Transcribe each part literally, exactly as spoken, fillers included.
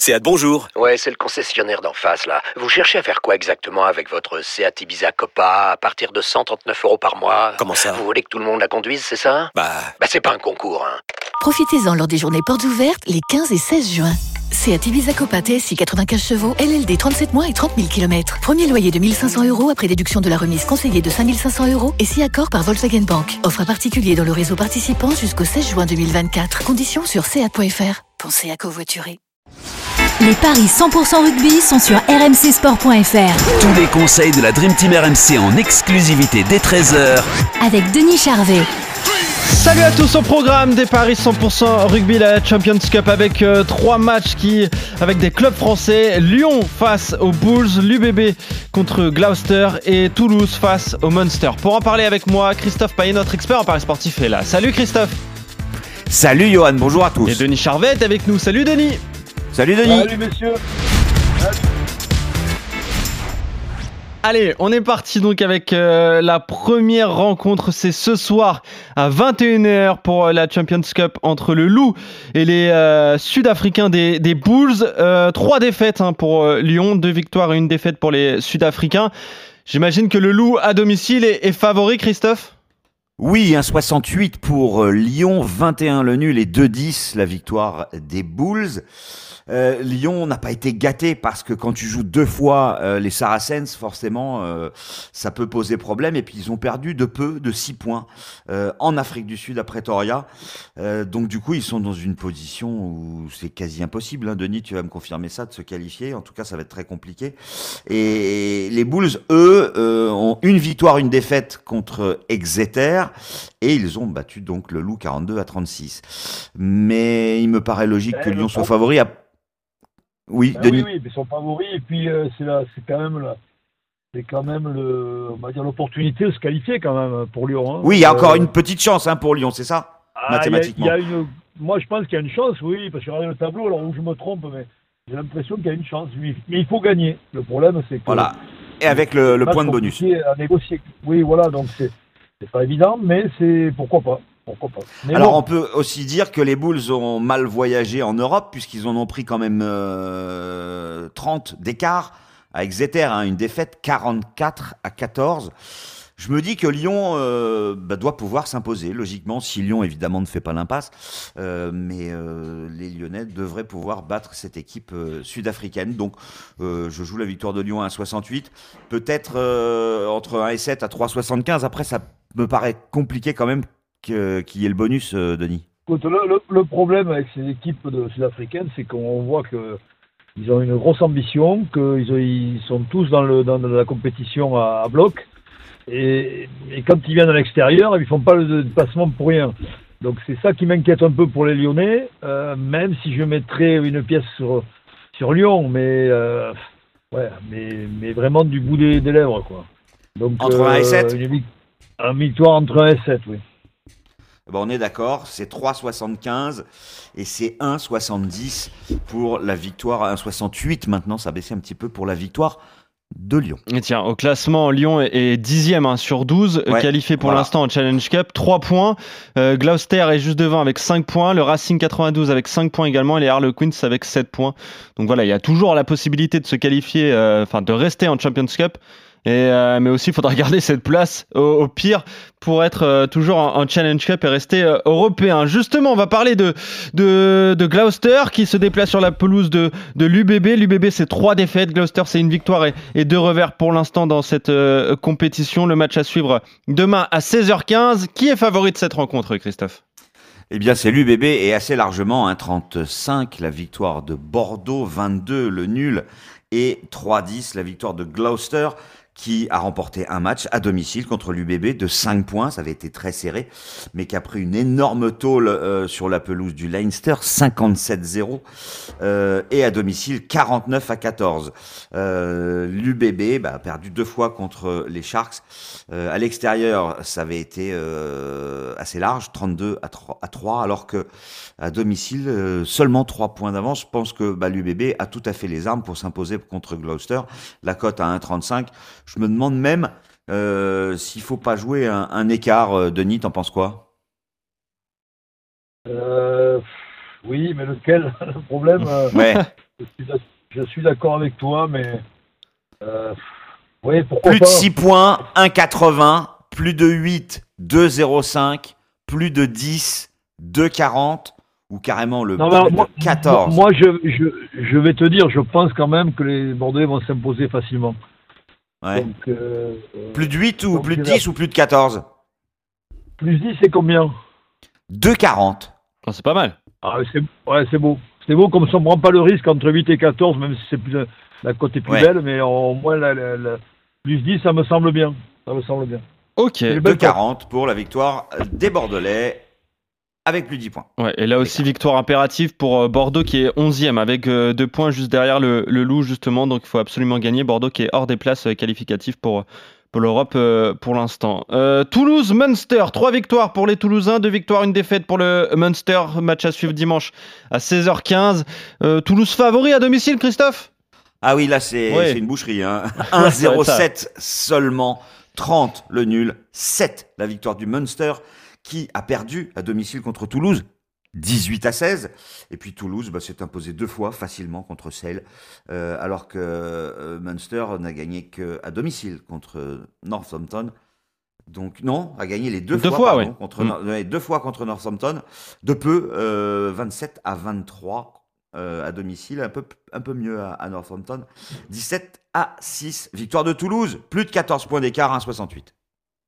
Seat, bonjour. Ouais, c'est le concessionnaire d'en face, là. Vous cherchez à faire quoi exactement avec votre Seat Ibiza Copa à partir de cent trente-neuf euros par mois? Comment ça? Vous voulez que tout le monde la conduise, c'est ça? Bah... Bah c'est pas un concours, hein. Profitez-en lors des journées portes ouvertes les quinze et seize juin. Seat Ibiza Copa T S I quatre-vingt-quinze chevaux, L L D trente-sept mois et trente mille kilomètres. Premier loyer de mille cinq cents euros après déduction de la remise conseillée de cinq mille cinq cents euros et si accord par Volkswagen Bank. Offre à particulier dans le réseau participant jusqu'au seize juin deux mille vingt-quatre. Conditions sur seat point f r. Pensez à covoiturer. Les paris cent pour cent rugby sont sur r m c sport point f r. Tous les conseils de la Dream Team R M C en exclusivité dès treize heures avec Denis Charvet. Salut à tous, au programme des paris cent pour cent rugby, la Champions Cup avec euh, trois matchs qui, avec des clubs français. Lyon face aux Bulls, l'U B B contre Gloucester et Toulouse face aux Munster. Pour en parler avec moi, Christophe Payet, notre expert en paris sportif, est là. Salut Christophe. Salut Johan, bonjour à tous. Et Denis Charvet est avec nous. Salut Denis. Salut Denis. Salut messieurs. Allez, on est parti donc avec euh, la première rencontre. C'est ce soir à vingt et une heures pour la Champions Cup entre le Loup et les euh, Sud-Africains des, des Bulls. Euh, trois défaites hein, pour euh, Lyon, deux victoires et une défaite pour les Sud-Africains. J'imagine que le Loup à domicile est, est favori, Christophe ? Oui, un soixante-huit pour Lyon, vingt et un le nul et deux dix la victoire des Bulls. Euh, Lyon n'a pas été gâté parce que quand tu joues deux fois euh, les Saracens, forcément, euh, ça peut poser problème. Et puis ils ont perdu de peu, de six points euh, en Afrique du Sud à Pretoria. Euh, donc du coup, ils sont dans une position où c'est quasi impossible. Hein. Denis, tu vas me confirmer ça, de se qualifier. En tout cas, ça va être très compliqué. Et les Bulls, eux, euh, ont une victoire, une défaite contre Exeter. Et ils ont battu donc le Loup quarante-deux à trente-six. Mais il me paraît logique que Lyon soit favori. À... Oui, ben Denis. Oui, oui, mais ils sont favoris. Et puis euh, c'est, là, c'est quand même là, c'est quand même le, on va dire l'opportunité de se qualifier quand même pour Lyon. Hein. Oui, il y a euh, encore une petite chance hein, pour Lyon, c'est ça, ah, mathématiquement. Y a, y a une, moi, je pense qu'il y a une chance, oui, parce que regardez le tableau, alors où je me trompe, mais j'ai l'impression qu'il y a une chance. Mais, mais il faut gagner. Le problème, c'est que voilà. Et avec le, le point de bonus. À négocier. Oui, voilà, donc c'est, c'est pas évident, mais c'est pourquoi pas. Pourquoi pas. Mais Alors bon. on peut aussi dire que les Bulls ont mal voyagé en Europe puisqu'ils en ont pris quand même euh, trente d'écart à Exeter, hein, une défaite quarante-quatre à quatorze. Je me dis que Lyon euh, bah, doit pouvoir s'imposer, logiquement, si Lyon évidemment ne fait pas l'impasse, euh, mais euh, les Lyonnais devraient pouvoir battre cette équipe euh, sud-africaine. Donc euh, je joue la victoire de Lyon à un soixante-huit, peut-être euh, entre un et sept à trois soixante-quinze. Après ça me paraît compliqué quand même qu'il y ait le bonus, euh, Denis. Écoute, le, le, le problème avec ces équipes de sud-africaines, c'est qu'on voit qu'ils ont une grosse ambition, qu'ils ont, ils sont tous dans, le, dans la compétition à, à bloc, et, et quand ils viennent à l'extérieur, ils ne font pas le déplacement pour rien. Donc c'est ça qui m'inquiète un peu pour les Lyonnais, euh, même si je mettrais une pièce sur, sur Lyon, mais, euh, ouais, mais, mais vraiment du bout des, des lèvres, quoi. Donc, entre euh, un et sept une, une victoire entre un et sept, oui. Bon, on est d'accord, c'est trois soixante-quinze et c'est un soixante-dix pour la victoire, un soixante-huit maintenant, ça a baissé un petit peu pour la victoire de Lyon. Et tiens, au classement, Lyon est dixième hein, sur douze, ouais, qualifié pour voilà. l'instant en Challenge Cup, trois points. Euh, Gloucester est juste devant avec cinq points, le Racing quatre-vingt-douze avec cinq points également et les Harlequins avec sept points. Donc voilà, il y a toujours la possibilité de se qualifier, enfin euh, de rester en Champions Cup. Et euh, mais aussi, il faudra garder cette place au, au pire pour être euh, toujours en, en Challenge Cup et rester euh, européen. Justement, on va parler de, de, de Gloucester qui se déplace sur la pelouse de, de l'U B B. L'U B B, c'est trois défaites. Gloucester, c'est une victoire et, et deux revers pour l'instant dans cette euh, compétition. Le match à suivre demain à seize heures quinze. Qui est favori de cette rencontre, Christophe ? Eh bien, c'est l'U B B et assez largement, hein, trente-cinq, la victoire de Bordeaux, vingt-deux, le nul et trois dix, la victoire de Gloucester, qui a remporté un match à domicile contre l'U B B de cinq points, ça avait été très serré, mais qui a pris une énorme tôle euh, sur la pelouse du Leinster, cinquante-sept zéro, euh, et à domicile quarante-neuf à quatorze. Euh, L'U B B bah, a perdu deux fois contre les Sharks. Euh, à l'extérieur, ça avait été euh, assez large, trente-deux à trois, alors que à domicile, euh, seulement trois points d'avance. Je pense que bah, l'U B B a tout à fait les armes pour s'imposer contre Gloucester. La cote à un trente-cinq. Je me demande même euh, s'il faut pas jouer un, un écart. Euh, Denis, t'en penses quoi ? euh, Oui, mais lequel ? Le problème, euh, ouais. Je suis d'ac- je suis d'accord avec toi, mais euh, oui, pourquoi Plus pas. de six points, un virgule quatre-vingts. Plus de huit, deux virgule zéro cinq. Plus de dix, deux virgule quarante. Ou carrément le Non, plus mais de moi, quatorze. moi, moi, je, je, je vais te dire, je pense quand même que les Bordelais vont s'imposer facilement. Ouais. Donc, euh, Plus de huit ou donc, plus de je vais- dix ou plus de quatorze. plus dix, c'est combien? deux virgule quarante. Oh, c'est pas mal. Ah, c'est, ouais, c'est beau. C'est beau comme ça, on ne prend pas le risque entre huit et quatorze, même si c'est plus, la cote est plus Ouais. belle, mais au moins, la, la, la- plus dix, ça me semble bien. Ça me semble bien. Ok. Et- deux virgule quarante pour la victoire des Bordelais avec plus de dix points. Ouais, et là aussi, victoire impérative pour euh, Bordeaux qui est onzième avec euh, deux points juste derrière le, le Loup, justement. Donc il faut absolument gagner. Bordeaux qui est hors des places euh, qualificatives pour, pour l'Europe euh, pour l'instant. Euh, Toulouse-Munster, trois victoires pour les Toulousains, deux victoires, une défaite pour le Munster. Match à suivre dimanche à seize heures quinze. Euh, Toulouse favori à domicile, Christophe? Ah oui, là, c'est Ouais. c'est une boucherie. Hein. un virgule zéro sept seulement, trente le nul, sept la victoire du Munster qui a perdu à domicile contre Toulouse, dix-huit à seize. Et puis Toulouse bah, s'est imposé deux fois facilement contre Sale, euh, alors que euh, Munster n'a gagné qu'à domicile contre Northampton. Donc non, a gagné les deux, Deux fois, fois, pardon, ouais. contre, Mm. Nor- ouais, deux fois contre Northampton. De peu, euh, vingt-sept à vingt-trois euh, à domicile, un peu, un peu mieux à, à Northampton. dix-sept à six. Victoire de Toulouse, plus de quatorze points d'écart, un virgule soixante-huit.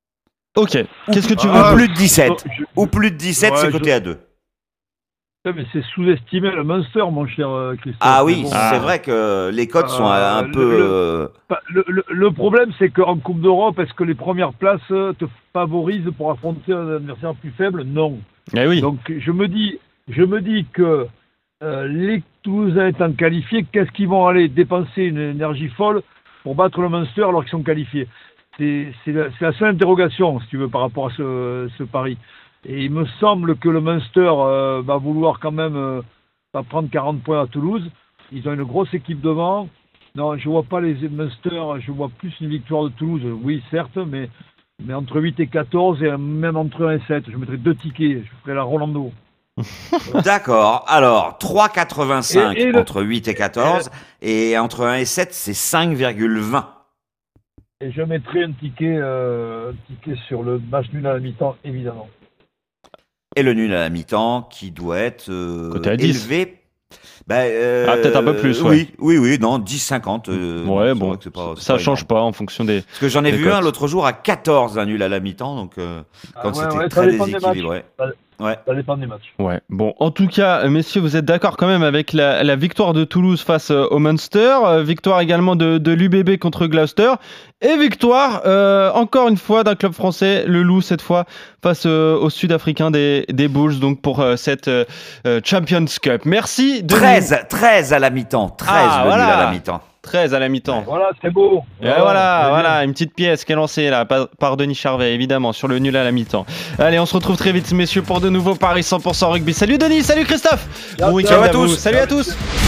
Ok. Qu'est-ce que tu veux? Ah, Ou plus de dix-sept. Je- Ou plus de dix-sept, Ouais, c'est je- coté à deux. Ouais, mais c'est sous-estimé le Munster, mon cher euh, Christophe. Ah Mais oui, bon, Ah. c'est vrai que les cotes sont Euh, un le- peu... le- euh, Bah, Le, le- le problème, c'est qu'en Coupe d'Europe, est-ce que les premières places euh, te favorisent pour affronter un adversaire plus faible? Non. Eh oui. Donc, je me dis, je me dis que euh, les Toulousains étant qualifiés, qu'est-ce qu'ils vont aller dépenser une énergie folle pour battre le Munster alors qu'ils sont qualifiés? C'est c'est la, c'est la seule interrogation, si tu veux, par rapport à ce, ce pari. Et il me semble que le Munster euh, va vouloir quand même euh, pas prendre quarante points à Toulouse. Ils ont une grosse équipe devant. Non, je vois pas les Munster, je vois plus une victoire de Toulouse. Oui, certes, mais, mais entre huit et quatorze, et même entre un et sept. Je mettrais deux tickets, je ferais la Rolando. D'accord. Alors, trois virgule quatre-vingt-cinq Et- et le- entre huit et quatorze. Et entre un et sept, c'est cinq virgule vingt. Et je mettrais un ticket, euh, un ticket sur le match nul à la mi-temps, évidemment. Et le nul à la mi-temps qui doit être euh, Côté à dix. élevé. Bah, euh, Ah, peut-être un peu plus, ouais. Oui, oui, oui, non, dix cinquante. Euh, Ouais, c'est bon, vrai que c'est pas- c'est ça pas change énorme. pas en fonction des. Parce que j'en ai des vu cotes. un l'autre jour à quatorze, un nul à la mi-temps, donc euh, quand Ah ouais, c'était ouais, ça très dépend des déséquilibré. Ouais. Ça dépend des matchs. Ouais, bon, en tout cas, messieurs, vous êtes d'accord quand même avec la, la victoire de Toulouse face euh, au Munster, euh, victoire également de, de l'U B B contre Gloucester, et victoire, euh, encore une fois, d'un club français, le Loup, cette fois, face euh, aux Sud-Africains des, des Bulls, donc pour euh, cette euh, euh, Champions Cup. Merci. Denis. treize, treize à la mi-temps, treize Ah, le voilà. nul à la mi-temps. treize à la mi-temps. Voilà, c'est beau. Et voilà, c'est voilà, bien. une petite pièce qui est lancée là par, par Denis Charvet, évidemment, sur le nul à la mi-temps. Allez, on se retrouve très vite, messieurs, pour de nouveaux paris cent pour cent rugby. Salut Denis, salut Christophe. Ciao, Bon ciao week-end à à vous. tous. Salut à tous.